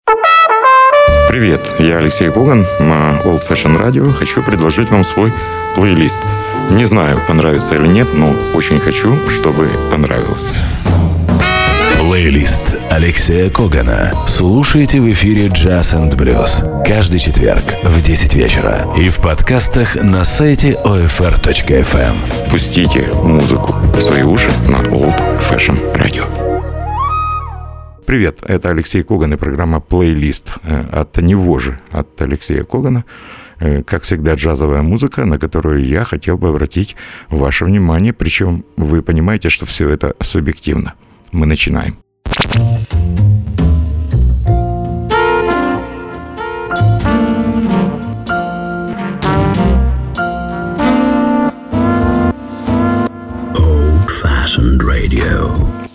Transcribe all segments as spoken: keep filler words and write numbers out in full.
Привет, я Алексей Коган на Old Fashion Radio. Хочу предложить вам свой плейлист. Не знаю, понравится или нет, но очень хочу, чтобы понравился. Плейлист Алексея Когана. Слушайте в эфире Jazz энд Blues каждый четверг в десять вечера и в подкастах на сайте о эф эр точка эф эм. Пустите музыку в свои уши на Old Fashion Radio. Привет, это Алексей Коган и программа «Плейлист» от него же, от Алексея Когана. Как всегда, джазовая музыка, на которую я хотел бы обратить ваше внимание, причем вы понимаете, что все это субъективно. Мы начинаем. Old Fashioned Radio.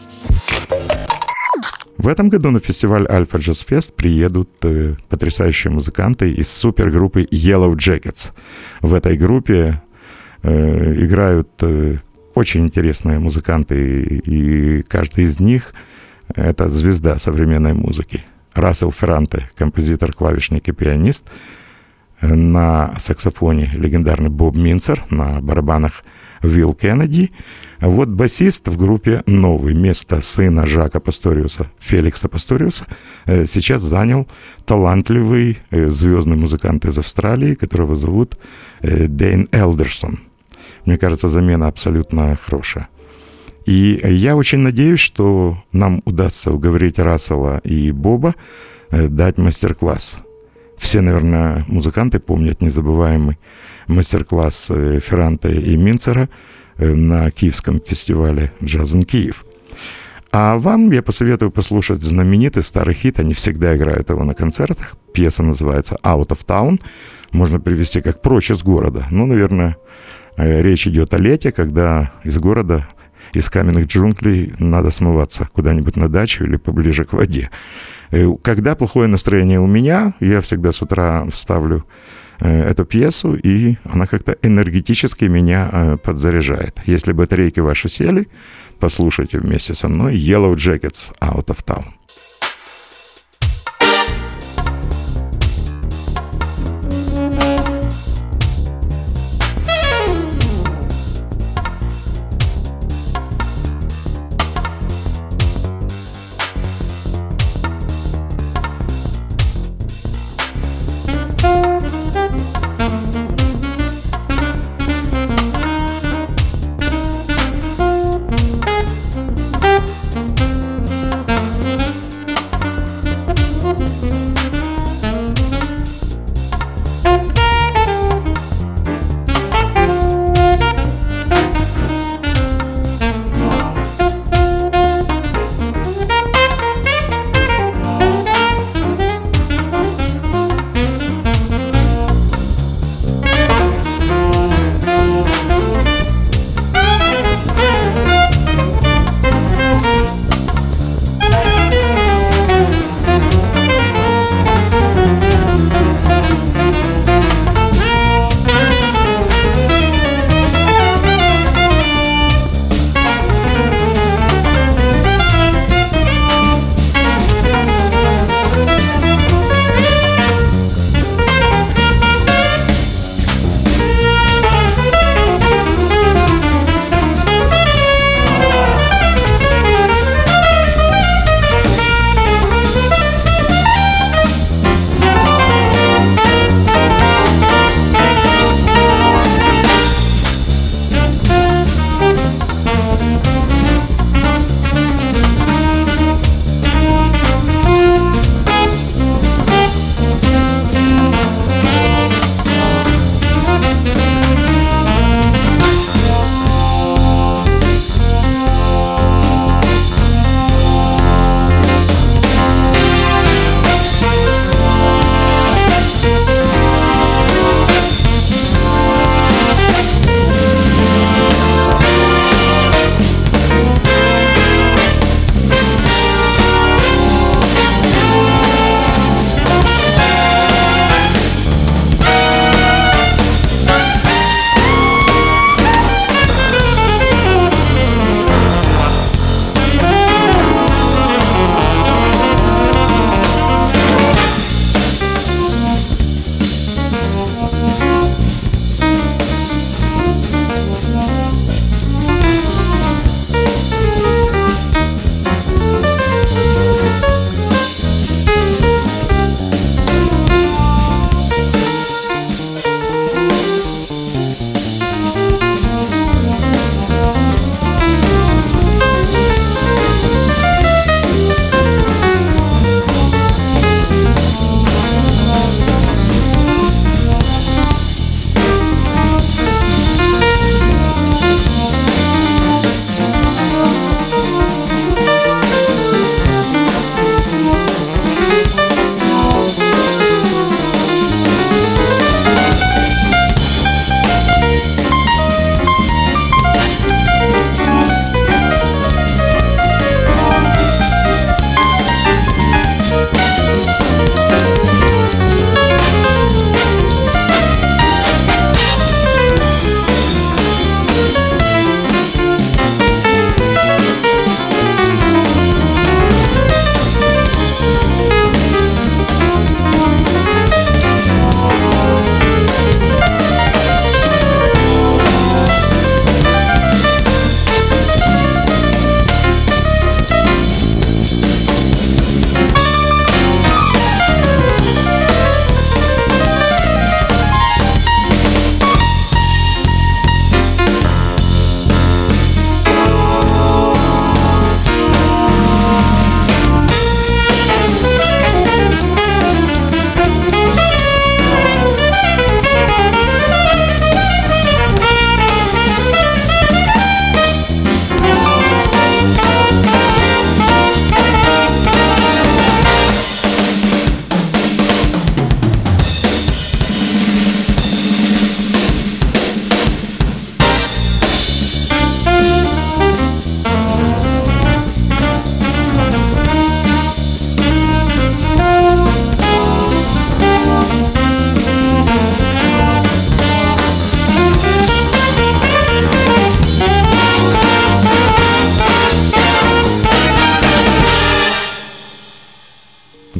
В этом году на фестиваль Альфа Джаз Фест приедут э, потрясающие музыканты из супергруппы Yellow Jackets. В этой группе э, играют э, очень интересные музыканты, и, и каждый из них — это звезда современной музыки. Рассел Ферранте, композитор, клавишник и пианист. На саксофоне легендарный Боб Минцер, на барабанах Уилл Кеннеди. А вот басист в группе новый. Место сына Жака Пасториуса, Феликса Пасториуса, сейчас занял талантливый звездный музыкант из Австралии, которого зовут Дэйн Элдерсон. Мне кажется, замена абсолютно хорошая. И я очень надеюсь, что нам удастся уговорить Рассела и Боба дать мастер-класс. Все, наверное, музыканты помнят незабываемый мастер-класс Ферранте и Минцера на киевском фестивале «Джаз ин Киев». А вам я посоветую послушать знаменитый старый хит. Они всегда играют его на концертах. Пьеса называется «Out of Town». Можно привести как «Прочь из города». Ну, наверное, речь идет о лете, когда из города, из каменных джунглей надо смываться куда-нибудь на дачу или поближе к воде. Когда плохое настроение у меня, я всегда с утра вставлю эту пьесу, и она как-то энергетически меня подзаряжает. Если батарейки ваши сели, послушайте вместе со мной Yellow Jackets «Out of Town».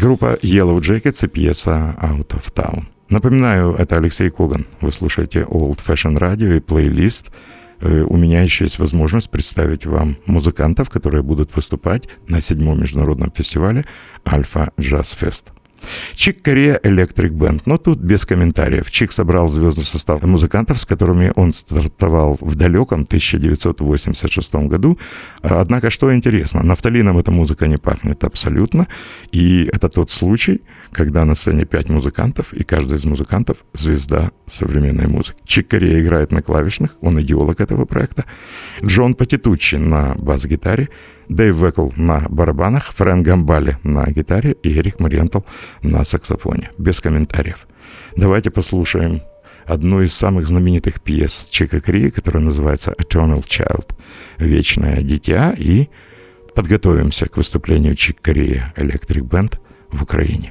Группа Yellow Jackets и пьеса Out of Town. Напоминаю, это Алексей Коган. Вы слушаете Old Fashion Radio и плейлист. У меня еще есть возможность представить вам музыкантов, которые будут выступать на седьмом международном фестивале Альфа Джаз Фест. Чик Корея Electric Band. Но тут без комментариев. Чик собрал звездный состав музыкантов, с которыми он стартовал в далеком тысяча девятьсот восемьдесят шестом году. Однако, что интересно, нафталином эта музыка не пахнет абсолютно. И это тот случай, когда на сцене пять музыкантов, и каждый из музыкантов — звезда современной музыки. Чик Корея играет на клавишных, он идеолог этого проекта. Джон Патитуччи на бас-гитаре, Дэйв Векл на барабанах, Фрэнк Гамбали на гитаре и Эрик Мариентал на саксофоне. Без комментариев. Давайте послушаем одну из самых знаменитых пьес Чика Кореи, которая называется «Eternal Child» — «Вечное дитя», и подготовимся к выступлению Чик Корея Electric Band в Украине.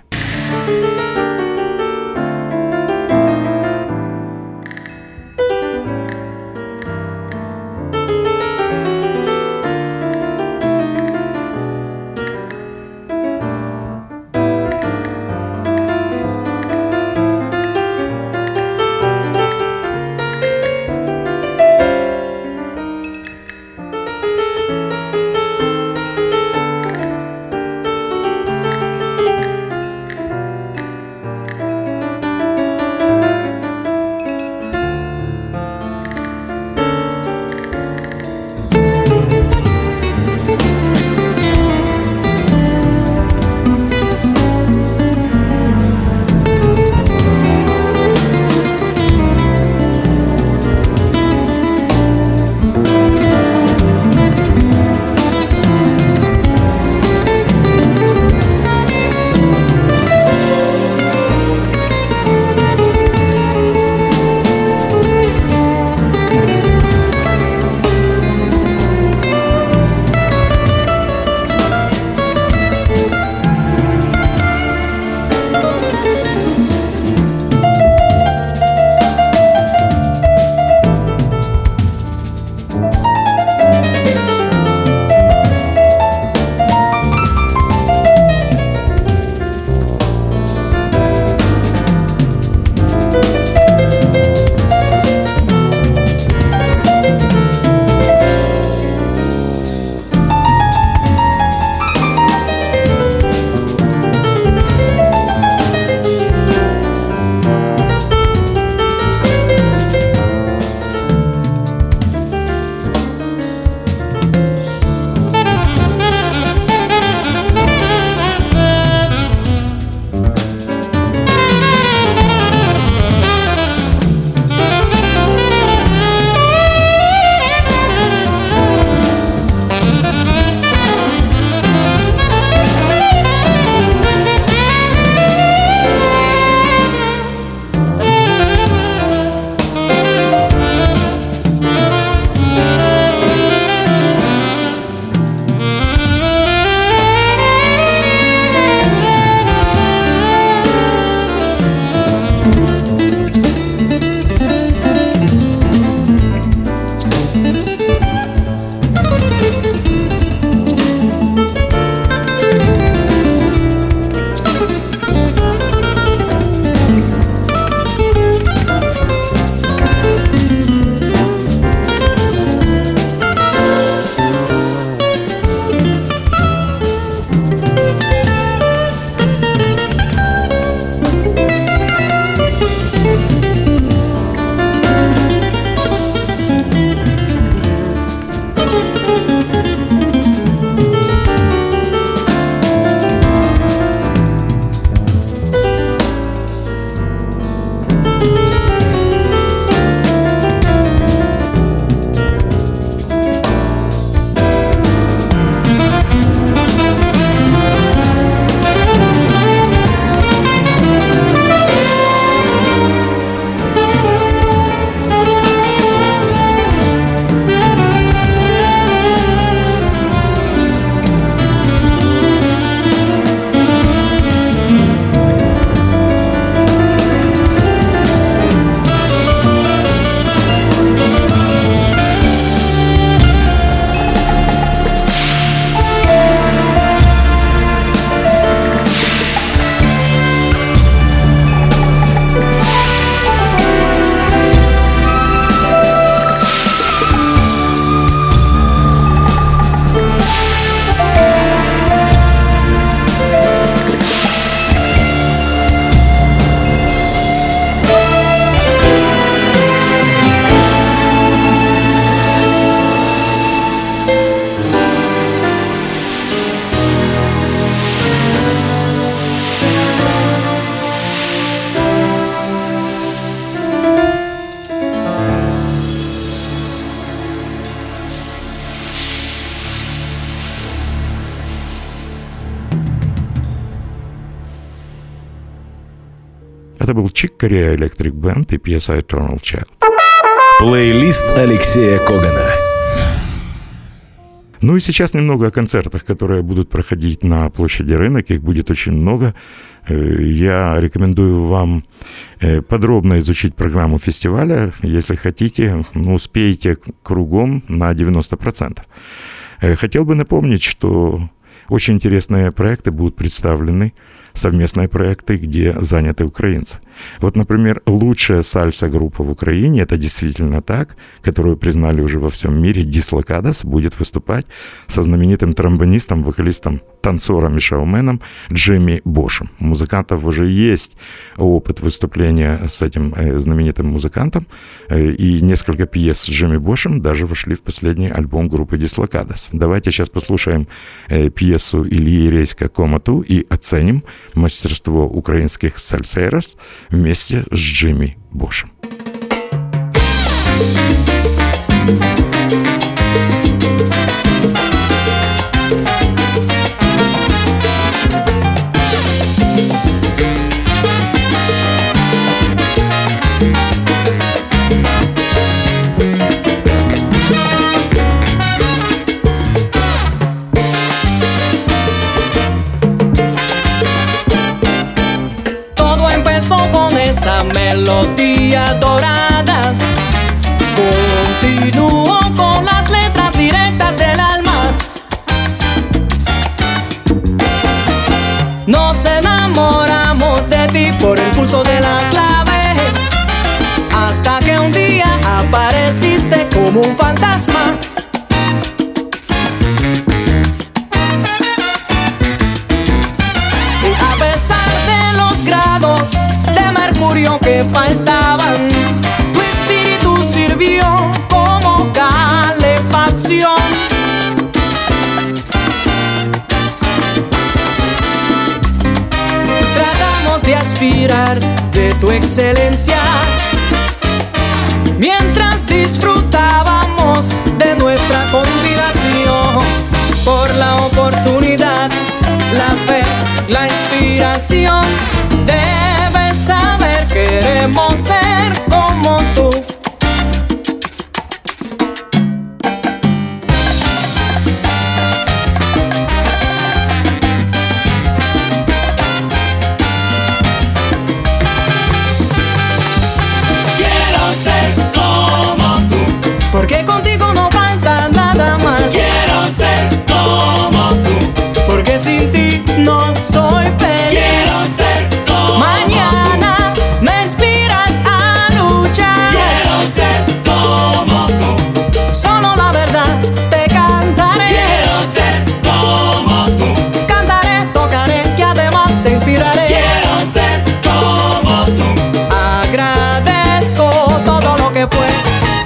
Это был Chick Corea Electric Band и пьеса Eternal Child. Плейлист Алексея Когана. Ну и сейчас немного о концертах, которые будут проходить на площади Рынок. Их будет очень много. Я рекомендую вам подробно изучить программу фестиваля. Если хотите, ну, успейте кругом на девяносто процентов. Хотел бы напомнить, что очень интересные проекты будут представлены, совместные проекты, где заняты украинцы. Вот, например, лучшая сальса-группа в Украине, это действительно так, которую признали уже во всем мире, Дислокадос, будет выступать со знаменитым тромбонистом, вокалистом, танцором и шоуменом Джимми Бошем. У музыкантов уже есть опыт выступления с этим э, знаменитым музыкантом, э, и несколько пьес с Джимми Бошем даже вошли в последний альбом группы Дислокадос. Давайте сейчас послушаем э, пьесу Ильи Редька «Комату» и оценим мастерство украинских сальсерос вместе с Джимми Бошем. Esa melodía dorada continúo con las letras directas del alma. Nos enamoramos de ti por el pulso de la clave, hasta que un día apareciste como un fantasma. Y a pesar de los grados de mercurio que faltaban, tu espíritu sirvió como calefacción. Tratamos de aspirar de tu excelencia mientras disfrutábamos de nuestra combinación. Por la oportunidad, la fe, la inspiración, debes saber, queremos ser como tú. Quiero ser como tú, porque contigo no falta nada más. Quiero ser como tú, porque sin ti no soy feliz. Quiero ser como mañana tú, me inspiras a luchar. Quiero ser como tú, solo la verdad te cantaré. Quiero ser como tú, cantaré, tocaré y además te inspiraré. Quiero ser como tú, agradezco todo lo que fue.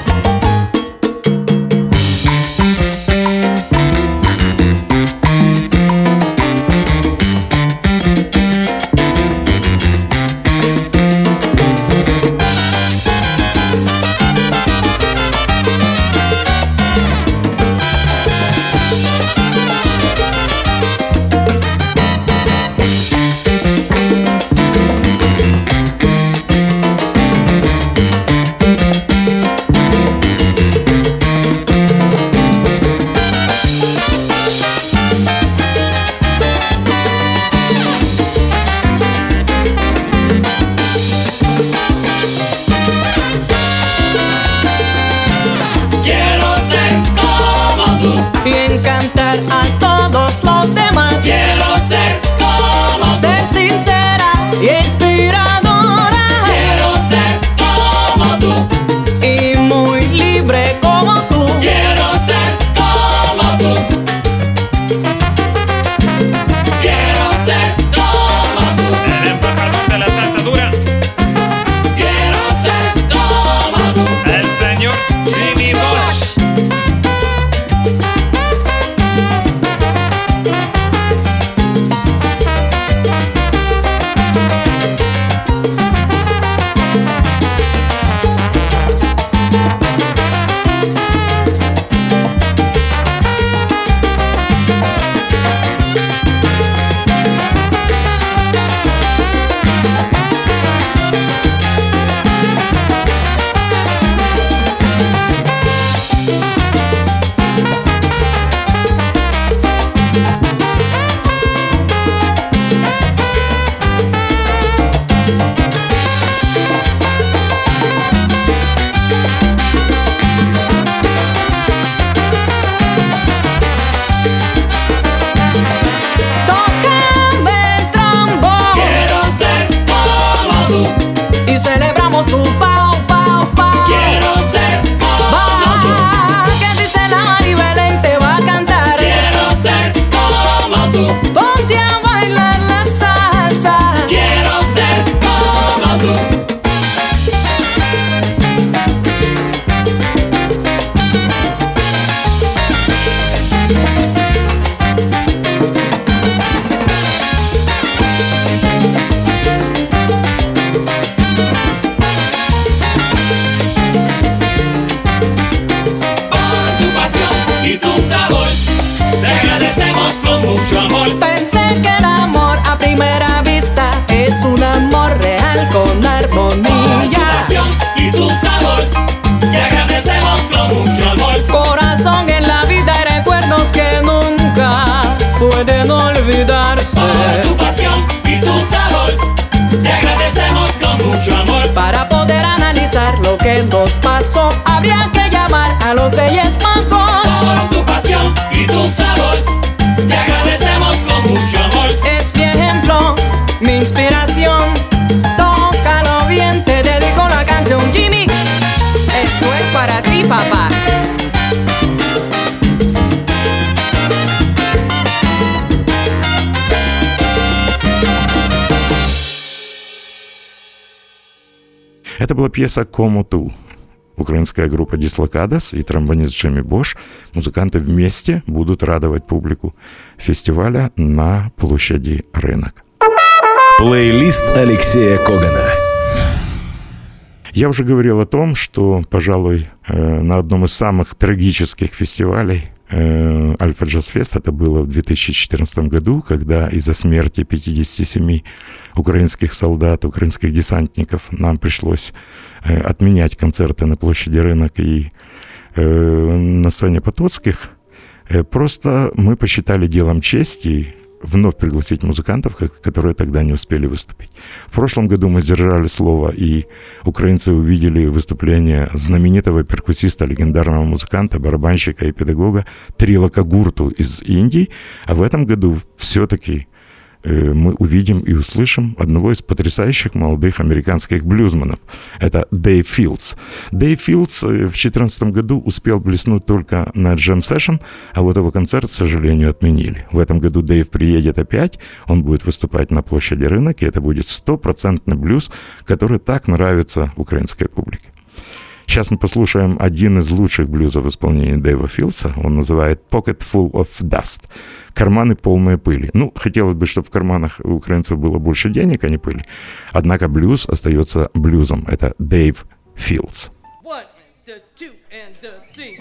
Y encantar a todos los demás. Quiero ser como ser sincera y inspiradora. Quiero ser como tú y muy libre como tú. Quiero ser como tú. Quiero ser como tú. El embajador de la salsa dura. Quiero ser como tú. El señor Jimmy Bosch. Para poder analizar lo que nos pasó, habría que llamar a los Reyes Magos. Por tu pasión y tu sabor, te agradecemos con mucho amor. Es mi ejemplo, mi inspiración. Tócalo bien, te dedico la canción, Jimmy. Eso es para ti, papá. Это была пьеса «Кому ту». Украинская группа «Дислокадес» и тромбонист Джимми Бош, музыканты вместе будут радовать публику фестиваля на площади Рынок. Плейлист Алексея Когана. Я уже говорил о том, что, пожалуй, на одном из самых трагических фестивалей Альфа Джаз Фест, это было в две тысячи четырнадцатом году, когда из-за смерти пятидесяти семи украинских солдат, украинских десантников нам пришлось отменять концерты на площади Рынок и на сцене Потоцких. Просто мы посчитали делом чести вновь пригласить музыкантов, которые тогда не успели выступить. В прошлом году мы сдержали слово, и украинцы увидели выступление знаменитого перкуссиста, легендарного музыканта, барабанщика и педагога Трилока Гурту из Индии, а в этом году все-таки мы увидим и услышим одного из потрясающих молодых американских блюзманов. Это Дэйв Филдс. Дэйв Филдс в две тысячи четырнадцатом году успел блеснуть только на джем-сэшн, а вот его концерт, к сожалению, отменили. В этом году Дэйв приедет опять, он будет выступать на площади Рынок, и это будет стопроцентный блюз, который так нравится украинской публике. Сейчас мы послушаем один из лучших блюзов в исполнении Дэйва Филдса. Он называет «Pocket Full of Dust». Карманы полные пыли. Ну, хотелось бы, чтобы в карманах у украинцев было больше денег, а не пыли. Однако блюз остается блюзом. Это Дэйв Филдс. One, the two, and the three.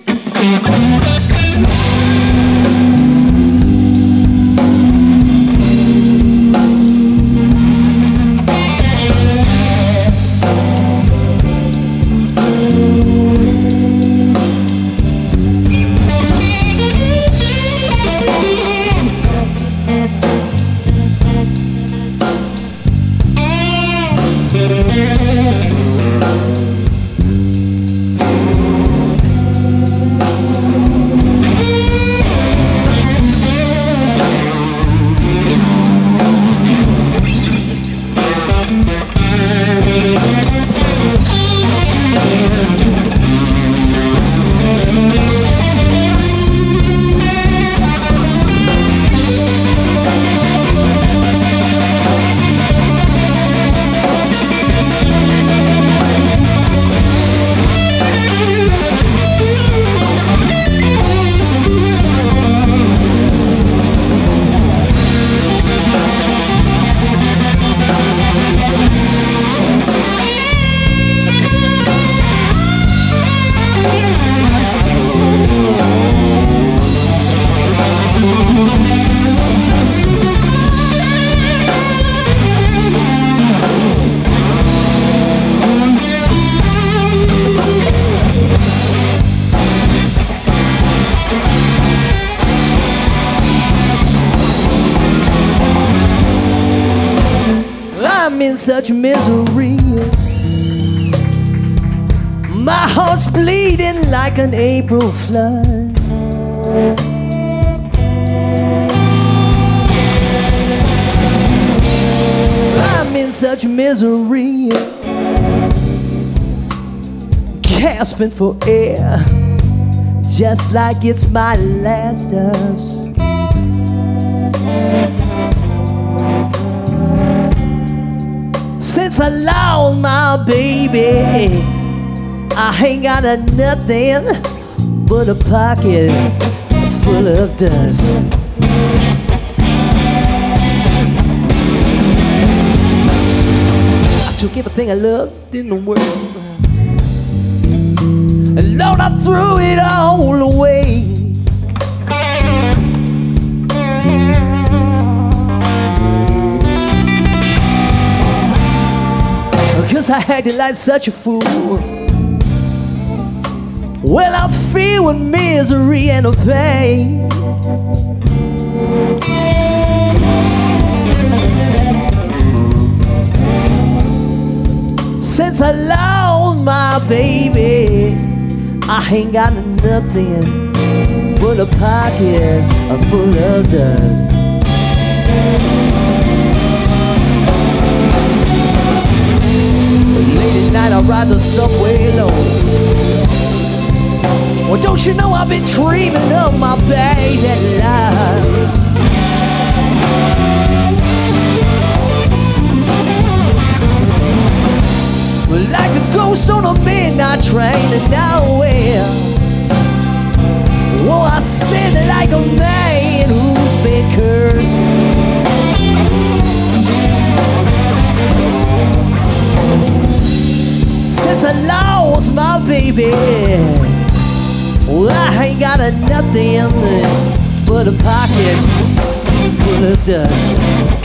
Such misery, my heart's bleeding like an April flood. I'm in such misery, gasping for air, just like it's my last house. Since I lost my baby, I ain't got a nothing but a pocket full of dust. I took everything I loved in the world, and Lord, I threw it all away. 'Cause I acted like such a fool. Well, I'm filled with misery and pain. Since Since I lost my baby, I ain't got nothing but a pocket full of dust. Late at night I ride the subway alone. Well, don't you know I've been dreaming of my baby life. Like a ghost on a midnight train to nowhere. Oh, I sit like a man who's been cursed. Since I lost my baby, well, I ain't got a nothing but a pocket full of dust.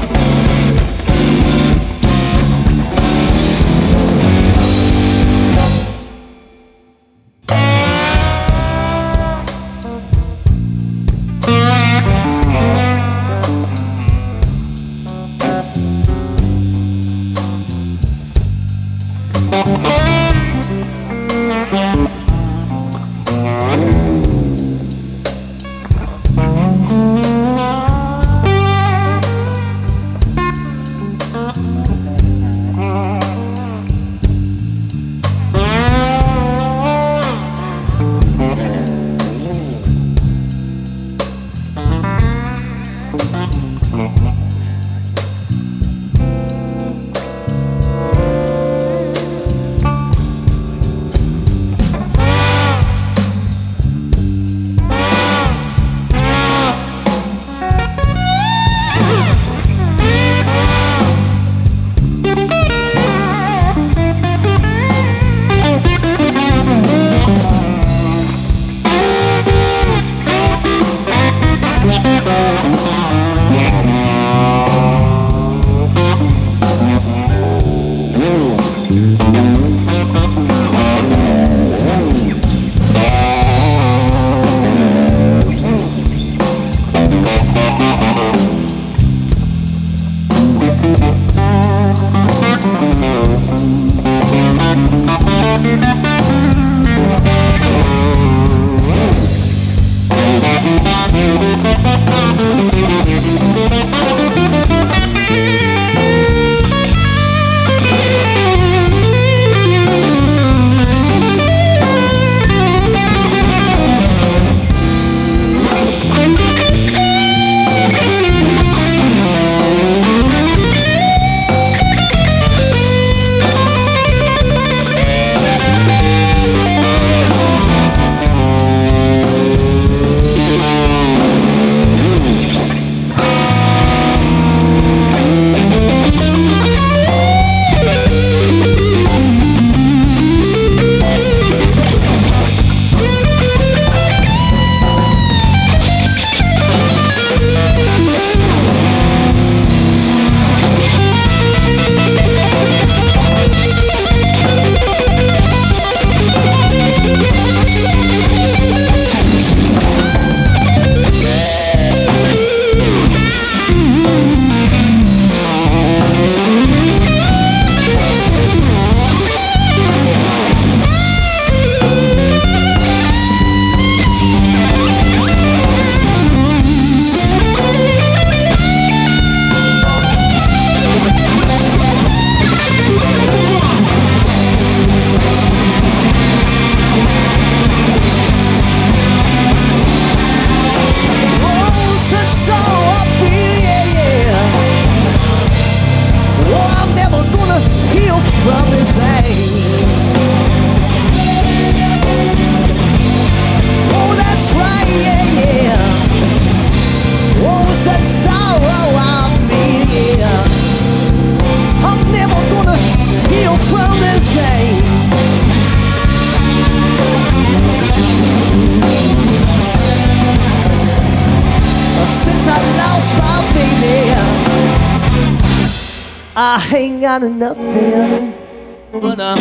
I ain't got nothing but a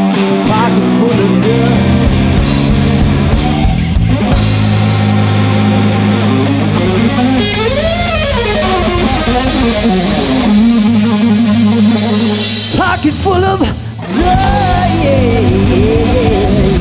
pocket full of dust. Pocket full of Oh, yeah, yeah,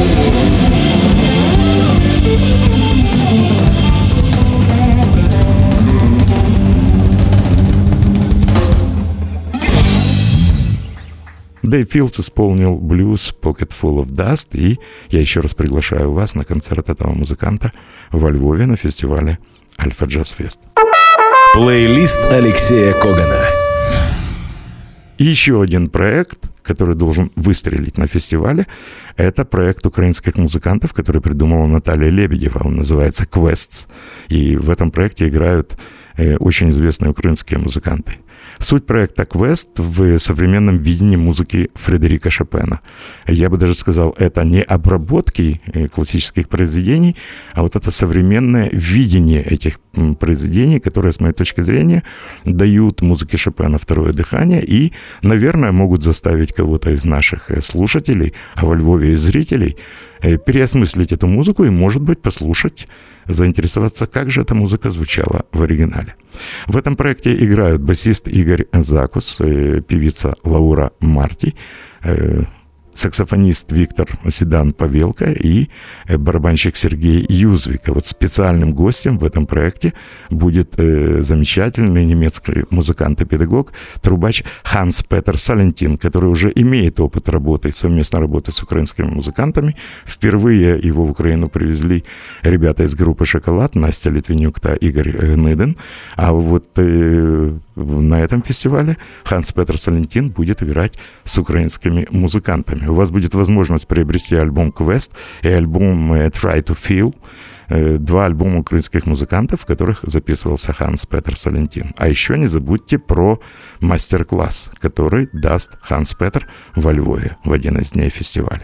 Дэйв Филдс исполнил блюз «Pocket Full of Dust», и я еще раз приглашаю вас на концерт этого музыканта во Львове на фестивале «Альфа Джаз Фест». Плейлист Алексея Когана. И еще один проект, который должен выстрелить на фестивале, это проект украинских музыкантов, который придумала Наталья Лебедева. Он называется «Quests». И в этом проекте играют э, очень известные украинские музыканты. Суть проекта «Квест» в современном видении музыки Фредерика Шопена. Я бы даже сказал, это не обработки классических произведений, а вот это современное видение этих произведений, которые, с моей точки зрения, дают музыке Шопена второе дыхание и, наверное, могут заставить кого-то из наших слушателей, а во Львове и зрителей, переосмыслить эту музыку и, может быть, послушать, заинтересоваться, как же эта музыка звучала в оригинале. В этом проекте играют басист Игорь Закус, певица Лаура Марти, саксофонист Виктор Седан-Павелко и барабанщик Сергей Юзвик. Вот специальным гостем в этом проекте будет э, замечательный немецкий музыкант и педагог, трубач Ханс Петер Салентин, который уже имеет опыт работы, совместной работы с украинскими музыкантами. Впервые его в Украину привезли ребята из группы «Шоколад», Настя Литвинюк и Игорь Ныден. А вот э, на этом фестивале Ханс Петер Салентин будет играть с украинскими музыкантами. У вас будет возможность приобрести альбом «Quest» и альбом «Try to Feel», два альбома украинских музыкантов, в которых записывался Ханс Петер Салентин. А еще не забудьте про мастер-класс, который даст Ханс Петер во Львове в один из дней фестиваля.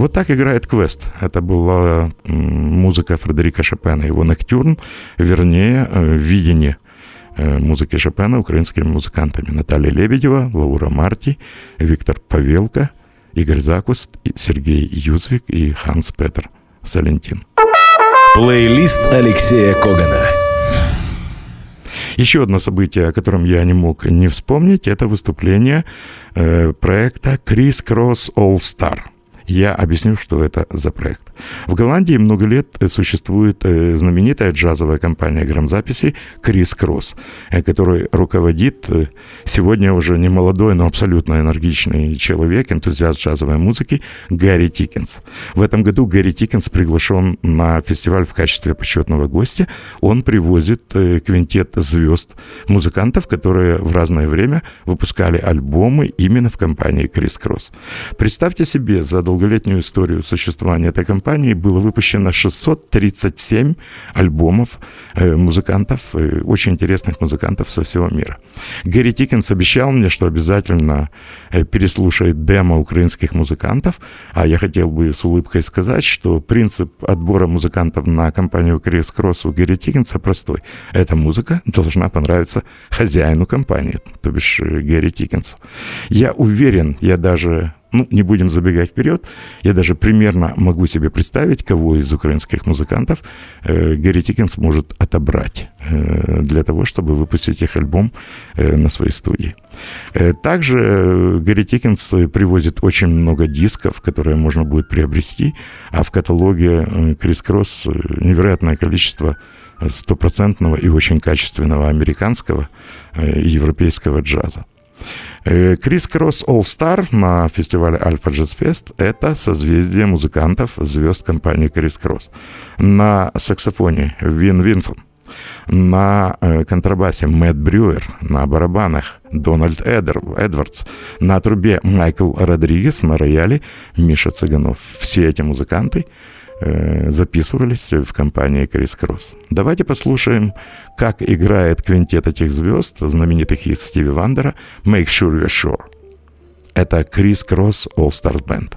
Вот так играет «Квест». Это была музыка Фредерика Шопена, его «Ноктюрн», вернее, видение музыки Шопена украинскими музыкантами. Наталья Лебедева, Лаура Марти, Виктор Павелко, Игорь Закуст, Сергей Юзвик и Ханс Петер Салентин. Плейлист Алексея Когана. Еще одно событие, о котором я не мог не вспомнить, это выступление э, проекта Criss Cross All Star. Я объясню, что это за проект. В Голландии много лет существует знаменитая джазовая компания грамзаписи Criss Cross, которой руководит сегодня уже не молодой, но абсолютно энергичный человек, энтузиаст джазовой музыки Гарри Тикинс. В этом году Гарри Тикинс приглашен на фестиваль в качестве почетного гостя. Он привозит квинтет звезд, музыкантов, которые в разное время выпускали альбомы именно в компании Criss Cross. Представьте себе, за долголетнюю историю существования этой компании было выпущено шестьсот тридцать семь альбомов э, музыкантов, э, очень интересных музыкантов со всего мира. Гарри Тикинс обещал мне, что обязательно э, переслушает демо украинских музыкантов, а я хотел бы с улыбкой сказать, что принцип отбора музыкантов на компанию Criss Cross у Гарри Тикинса простой. Эта музыка должна понравиться хозяину компании, то бишь э, Гарри Тикинсу. Я уверен, я даже... Ну, не будем забегать вперед, я даже примерно могу себе представить, кого из украинских музыкантов э, Гарри Тикинс может отобрать э, для того, чтобы выпустить их альбом э, на своей студии. Э, также э, Гарри Тикинс привозит очень много дисков, которые можно будет приобрести, а в каталоге э, Criss Cross невероятное количество стопроцентного и очень качественного американского э, и европейского джаза. Criss Cross All Star на фестивале Alpha Jazz Fest — это созвездие музыкантов, звезд компании Criss Cross. На саксофоне Вин Винсон, на контрабасе Мэтт Брюер, на барабанах Дональд Эдер, Эдвардс, на трубе Майкл Родригес, на рояле Миша Цыганов. Все эти музыканты э, записывались в компании Criss Cross. Давайте послушаем, как играет квинтет этих звезд, знаменитых хит Стиви Вандера, «Make Sure You're Sure». Это Criss Cross All Stars Band.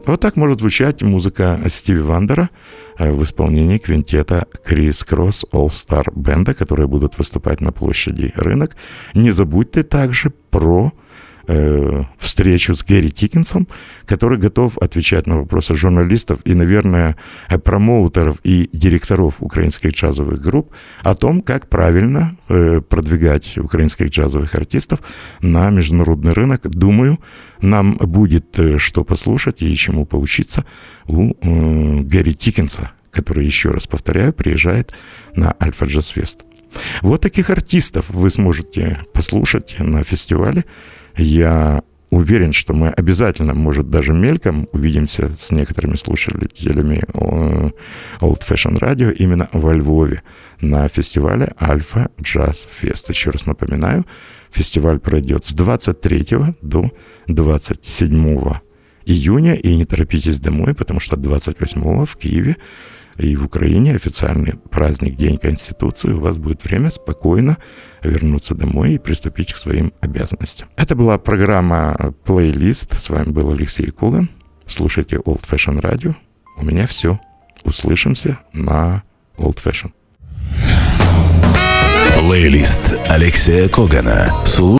Вот так может звучать музыка Стиви Вандера в исполнении квинтета Крис Кросс All Star Бенда, которые будут выступать на площади Рынок. Не забудьте также про э, встречу с Гэри Тикинсом, который готов отвечать на вопросы журналистов и, наверное, промоутеров и директоров украинских джазовых групп о том, как правильно э, продвигать украинских джазовых артистов на международный рынок. Думаю, нам будет э, что послушать и чему поучиться у э, Гэри Тикинса, который, еще раз повторяю, приезжает на Альфа Джаз Фест. Вот таких артистов вы сможете послушать на фестивале. Я уверен, что мы обязательно, может, даже мельком увидимся с некоторыми слушателями Old Fashion Radio именно во Львове на фестивале Альфа Джаз Фест. Еще раз напоминаю, фестиваль пройдет с двадцать третьего до двадцать седьмого июня. И не торопитесь домой, потому что двадцать восьмого в Киеве и в Украине официальный праздник День Конституции. У вас будет время спокойно вернуться домой и приступить к своим обязанностям. Это была программа «Плейлист». С вами был Алексей Коган. Слушайте Old Fashion Radio. У меня все. Услышимся на Old Fashion. Плейлист Алексея Когана.